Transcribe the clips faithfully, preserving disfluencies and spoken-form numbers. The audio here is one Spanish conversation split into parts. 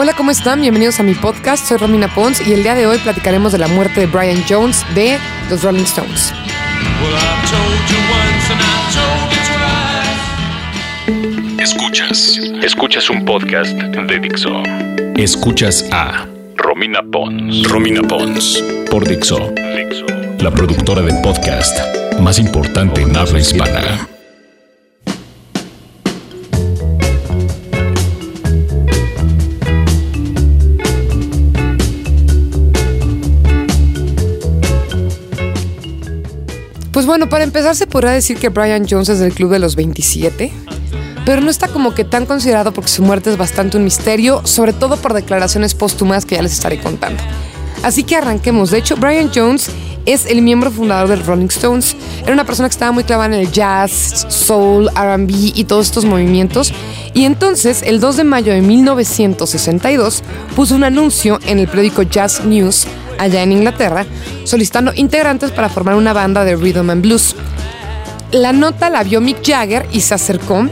Hola, ¿cómo están? Bienvenidos a mi podcast. Soy Romina Pons y el día de hoy platicaremos de la muerte de Brian Jones de los Rolling Stones. Escuchas, escuchas un podcast de Dixo. Escuchas a Romina Pons. Romina Pons por Dixo, Dixo, la productora de podcast más importante en habla hispana. Pues bueno, para empezar se podrá decir que Brian Jones es del club de los veintisiete, pero no está como que tan considerado porque su muerte es bastante un misterio, sobre todo por declaraciones póstumas que ya les estaré contando. Así que arranquemos. De hecho, Brian Jones es el miembro fundador de los Rolling Stones. Era una persona que estaba muy clavada en el jazz, soul, R and B y todos estos movimientos. Y entonces, el dos de mayo de mil novecientos sesenta y dos, puso un anuncio en el periódico Jazz News, allá en Inglaterra, solicitando integrantes para formar una banda de rhythm and blues. La nota la vio Mick Jagger y se acercó,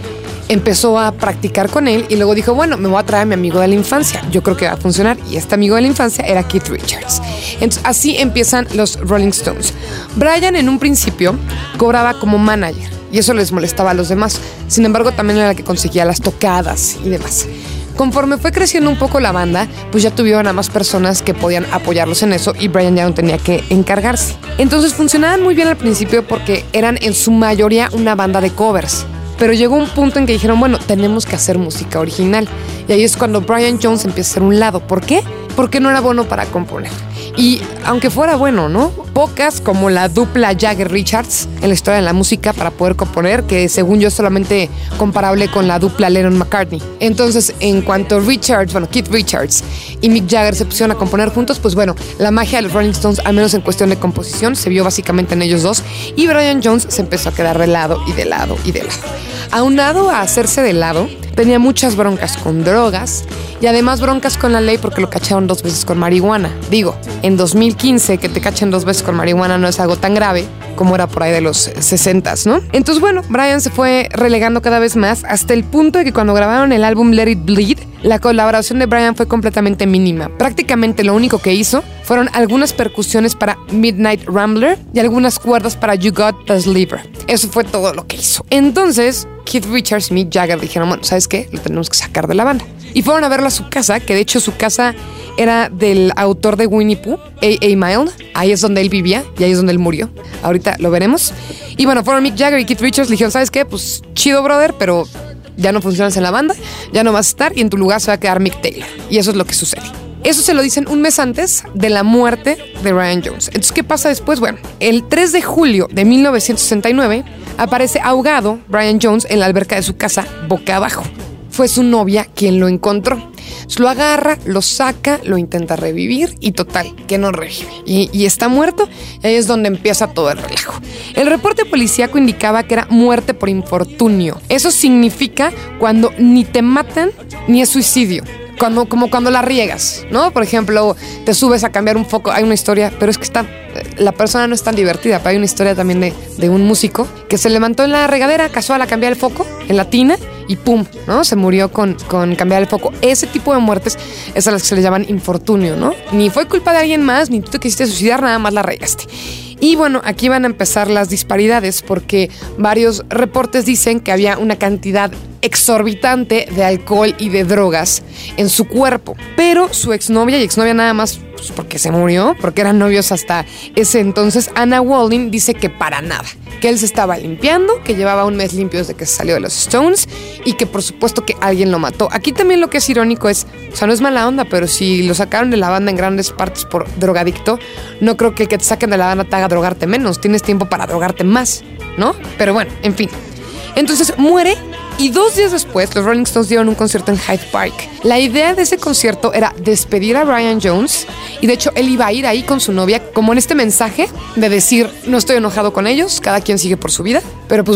empezó a practicar con él y luego dijo, bueno, me voy a traer a mi amigo de la infancia, yo creo que va a funcionar. Y este amigo de la infancia era Keith Richards. Entonces así empiezan los Rolling Stones. Brian en un principio cobraba como manager y eso les molestaba a los demás. Sin embargo, también era la que conseguía las tocadas y demás. Conforme fue creciendo un poco la banda, pues ya tuvieron a más personas que podían apoyarlos en eso y Brian ya no tenía que encargarse. Entonces funcionaban muy bien al principio porque eran en su mayoría una banda de covers. Pero llegó un punto en que dijeron, bueno, tenemos que hacer música original. Y ahí es cuando Brian Jones empieza a hacer un lado. ¿Por qué? Porque no era bueno para componer. Y aunque fuera bueno, ¿no? Pocas como la dupla Jagger-Richards en la historia de la música para poder componer, que según yo es solamente comparable con la dupla Lennon-McCartney. Entonces, en cuanto Richards, bueno, Keith Richards y Mick Jagger se pusieron a componer juntos, pues bueno, la magia de los Rolling Stones, al menos en cuestión de composición, se vio básicamente en ellos dos. Y Brian Jones se empezó a quedar de lado y de lado y de lado. Aunado a hacerse de lado, tenía muchas broncas con drogas y además broncas con la ley porque lo cacharon dos veces con marihuana. Digo, en dos mil quince que te cachen dos veces con marihuana no es algo tan grave como era por ahí de los sesentas, ¿no? Entonces, bueno, Brian se fue relegando cada vez más hasta el punto de que cuando grabaron el álbum Let It Bleed, la colaboración de Brian fue completamente mínima. Prácticamente lo único que hizo fueron algunas percusiones para Midnight Rambler y algunas cuerdas para You Got the Sliver. Eso fue todo lo que hizo. Entonces, Keith Richards y Mick Jagger dijeron, bueno, ¿sabes qué? Lo tenemos que sacar de la banda. Y fueron a verlo a su casa, que de hecho su casa era del autor de Winnie Pooh, A A. Milne. Ahí es donde él vivía y ahí es donde él murió. Ahorita lo veremos. Y bueno, fueron Mick Jagger y Keith Richards, le dijeron, ¿sabes qué? Pues chido, brother, pero ya no funcionas en la banda, ya no vas a estar y en tu lugar se va a quedar Mick Taylor. Y eso es lo que sucede. Eso se lo dicen un mes antes de la muerte de Brian Jones. Entonces, ¿qué pasa después? Bueno, el tres de julio de mil novecientos sesenta y nueve aparece ahogado Brian Jones en la alberca de su casa, boca abajo. Fue su novia quien lo encontró. Lo agarra, lo saca, lo intenta revivir y total, que no revive. Y, y está muerto, y ahí es donde empieza todo el relajo. El reporte policíaco indicaba que era muerte por infortunio. Eso significa cuando ni te matan ni es suicidio. Cuando, como cuando la riegas, ¿no? Por ejemplo, te subes a cambiar un foco. Hay una historia, pero es que está... La persona no es tan divertida, pero hay una historia también de, de un músico que se levantó en la regadera casual a cambiar el foco en la tina y pum, ¿no? Se murió con, con cambiar el foco. Ese tipo de muertes es a las que se le llaman infortunio, ¿no? Ni fue culpa de alguien más, ni tú te quisiste suicidar, nada más la regaste. Y bueno, aquí van a empezar las disparidades porque varios reportes dicen que había una cantidad exorbitante de alcohol y de drogas en su cuerpo. Pero su exnovia y exnovia nada más pues porque se murió, porque eran novios hasta ese entonces, Anna Walding, dice que para nada. Que él se estaba limpiando, que llevaba un mes limpio desde que se salió de los Stones y que por supuesto que alguien lo mató. Aquí también lo que es irónico es, o sea, no es mala onda, pero si lo sacaron de la banda en grandes partes por drogadicto, no creo que el que te saquen de la banda te haga drogarte menos. Tienes tiempo para drogarte más, ¿no? Pero bueno, en fin. Entonces muere y dos días después los Rolling Stones dieron un concierto en Hyde Park. La idea de ese concierto era despedir a Brian Jones y de hecho él iba a ir ahí con su novia como en este mensaje de decir no estoy enojado con ellos, cada quien sigue por su vida, pero pues bueno,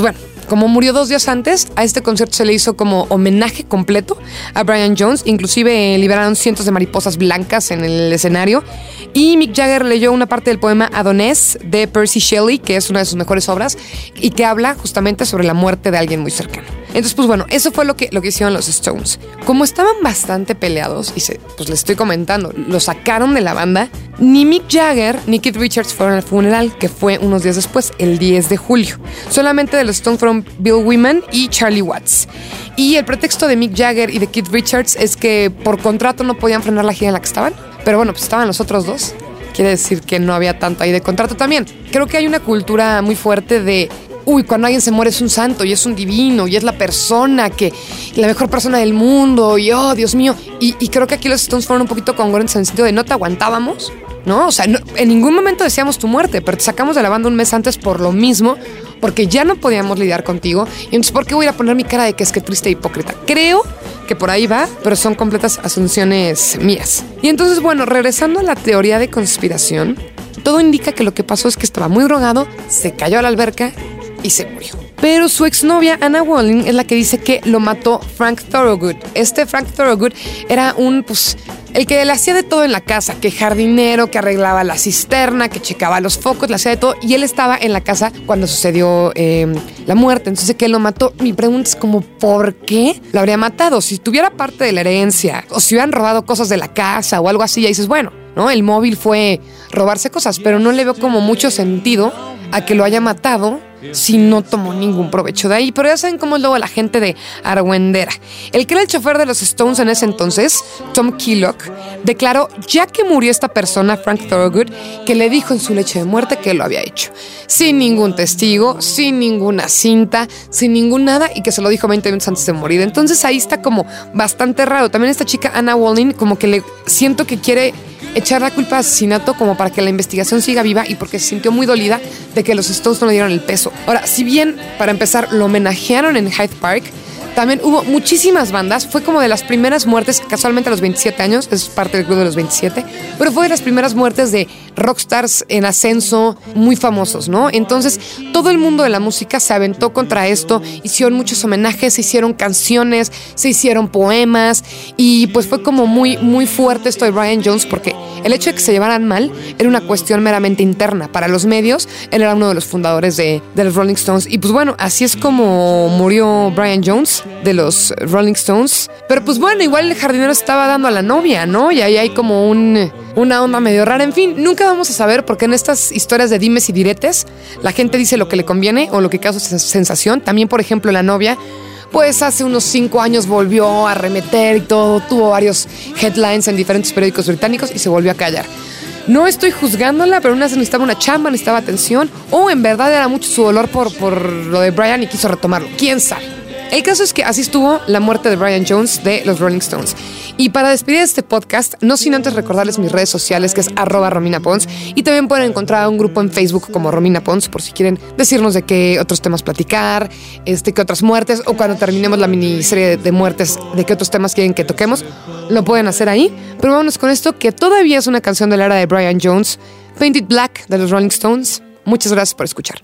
como murió dos días antes, a este concierto se le hizo como homenaje completo a Brian Jones. Inclusive eh, liberaron cientos de mariposas blancas en el escenario. Y Mick Jagger leyó una parte del poema Adonés de Percy Shelley, que es una de sus mejores obras, y que habla justamente sobre la muerte de alguien muy cercano. Entonces, pues bueno, eso fue lo que, lo que hicieron los Stones. Como estaban bastante peleados, y se, pues les estoy comentando, lo sacaron de la banda, ni Mick Jagger ni Keith Richards fueron al funeral, que fue unos días después, el diez de julio. Solamente de los Stones fueron Bill Wyman y Charlie Watts. Y el pretexto de Mick Jagger y de Keith Richards es que por contrato no podían frenar la gira en la que estaban. Pero bueno, pues estaban los otros dos. Quiere decir que no había tanto ahí de contrato también. Creo que hay una cultura muy fuerte de... Uy, cuando alguien se muere es un santo y es un divino y es la persona que... La mejor persona del mundo y oh, Dios mío. Y, y creo que aquí los Stones fueron un poquito congruentes en el sentido de no te aguantábamos, ¿no? O sea, no, en ningún momento decíamos tu muerte, pero te sacamos de la banda un mes antes por lo mismo, porque ya no podíamos lidiar contigo. Y entonces, ¿por qué voy a poner mi cara de que es que triste e hipócrita? Creo que por ahí va, pero son completas asunciones mías. Y entonces, bueno, regresando a la teoría de conspiración, todo indica que lo que pasó es que estaba muy drogado, se cayó a la alberca y se murió. Pero su exnovia, Anna Walling, es la que dice que lo mató Frank Thorogood. Este Frank Thorogood era un, pues, el que le hacía de todo en la casa, que jardinero, que arreglaba la cisterna, que checaba los focos, le hacía de todo. Y él estaba en la casa cuando sucedió eh, la muerte. Entonces, que él lo mató. Mi pregunta es como, ¿por qué lo habría matado? Si tuviera parte de la herencia, o si hubieran robado cosas de la casa o algo así, ya dices, bueno, ¿no? El móvil fue robarse cosas, pero no le veo como mucho sentido a que lo haya matado si no tomó ningún provecho de ahí. Pero ya saben cómo es luego la gente de argüendera. El que era el chofer de los Stones en ese entonces, Tom Killock, declaró, ya que murió esta persona, Frank Thorogood, que le dijo en su lecho de muerte que lo había hecho. Sin ningún testigo, sin ninguna cinta, sin ningún nada, y que se lo dijo veinte minutos antes de morir. Entonces ahí está como bastante raro. También esta chica, Anna Walling, como que le siento que quiere echar la culpa de asesinato como para que la investigación siga viva y porque se sintió muy dolida de que los Stones no le dieron el peso. Ahora, si bien, para empezar, lo homenajearon en Hyde Park, también hubo muchísimas bandas. Fue como de las primeras muertes, casualmente a los veintisiete años, es parte del club de los veintisiete, pero fue de las primeras muertes de rockstars en ascenso muy famosos, ¿no? Entonces, todo el mundo de la música se aventó contra esto, hicieron muchos homenajes, se hicieron canciones, se hicieron poemas, y pues fue como muy, muy fuerte esto de Brian Jones, porque el hecho de que se llevaran mal era una cuestión meramente interna. Para los medios, él era uno de los fundadores de, de los Rolling Stones, y pues bueno, así es como murió Brian Jones de los Rolling Stones. Pero pues bueno, igual el jardinero estaba dando a la novia, ¿no? Y ahí hay como un, una onda medio rara. En fin, nunca vamos a saber, porque en estas historias de dimes y diretes, la gente dice lo que le conviene o lo que causa sensación. También, por ejemplo, la novia, pues hace unos cinco años volvió a arremeter y todo, tuvo varios headlines en diferentes periódicos británicos y se volvió a callar. No estoy juzgándola, pero una vez necesitaba una chamba, necesitaba atención, o en verdad era mucho su dolor por, por lo de Brian y quiso retomarlo. ¿Quién sabe? El caso es que así estuvo la muerte de Brian Jones de los Rolling Stones. Y para despedir este podcast, no sin antes recordarles mis redes sociales, que es arroba Romina Pons, y también pueden encontrar un grupo en Facebook como Romina Pons, por si quieren decirnos de qué otros temas platicar, este, qué otras muertes, o cuando terminemos la miniserie de muertes, de qué otros temas quieren que toquemos, lo pueden hacer ahí. Pero vámonos con esto, que todavía es una canción de la era de Brian Jones, Painted Black de los Rolling Stones. Muchas gracias por escuchar.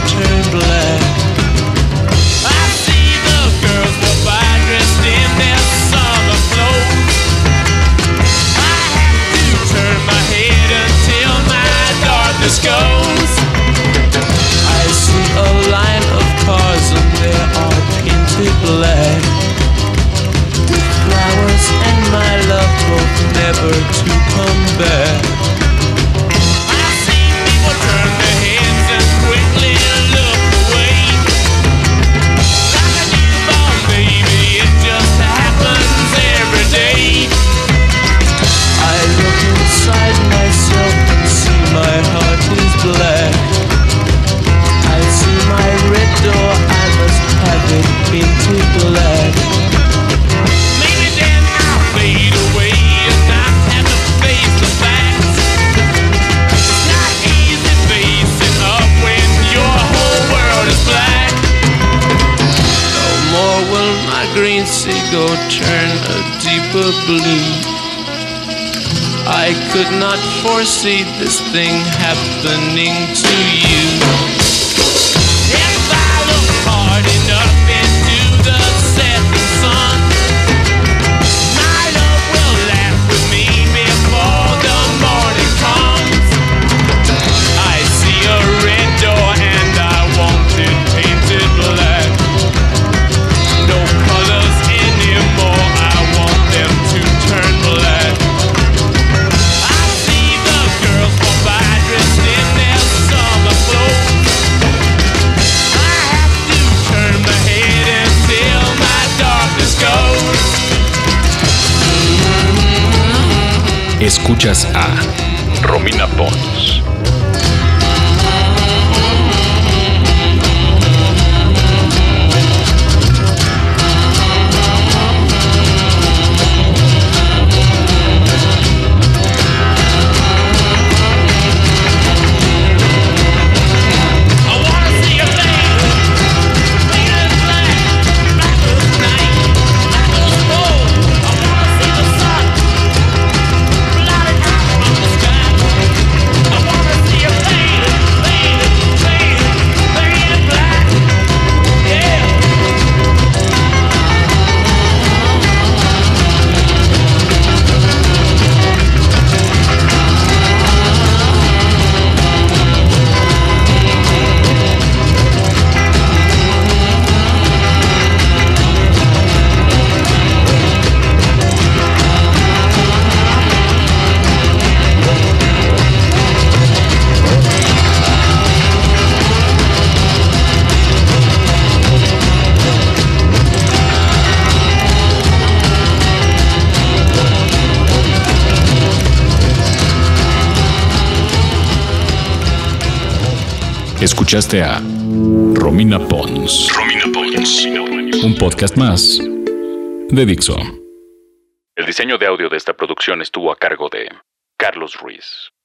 Dressed in their seagull turn a deeper blue. I could not foresee this thing happening to you. If I look hard enough into the setting sun, my love will laugh with me before the morning comes. I see a red door and I want it painted black. No colors anymore, I want them to turn black. I see the girls walk by dressed in their summer clothes. I have to turn my head until my darkness goes. Escuchas a Romina Pons. Escuchaste a Romina Pons. Romina Pons. Un podcast más de Dixo. El diseño de audio de esta producción estuvo a cargo de Carlos Ruiz.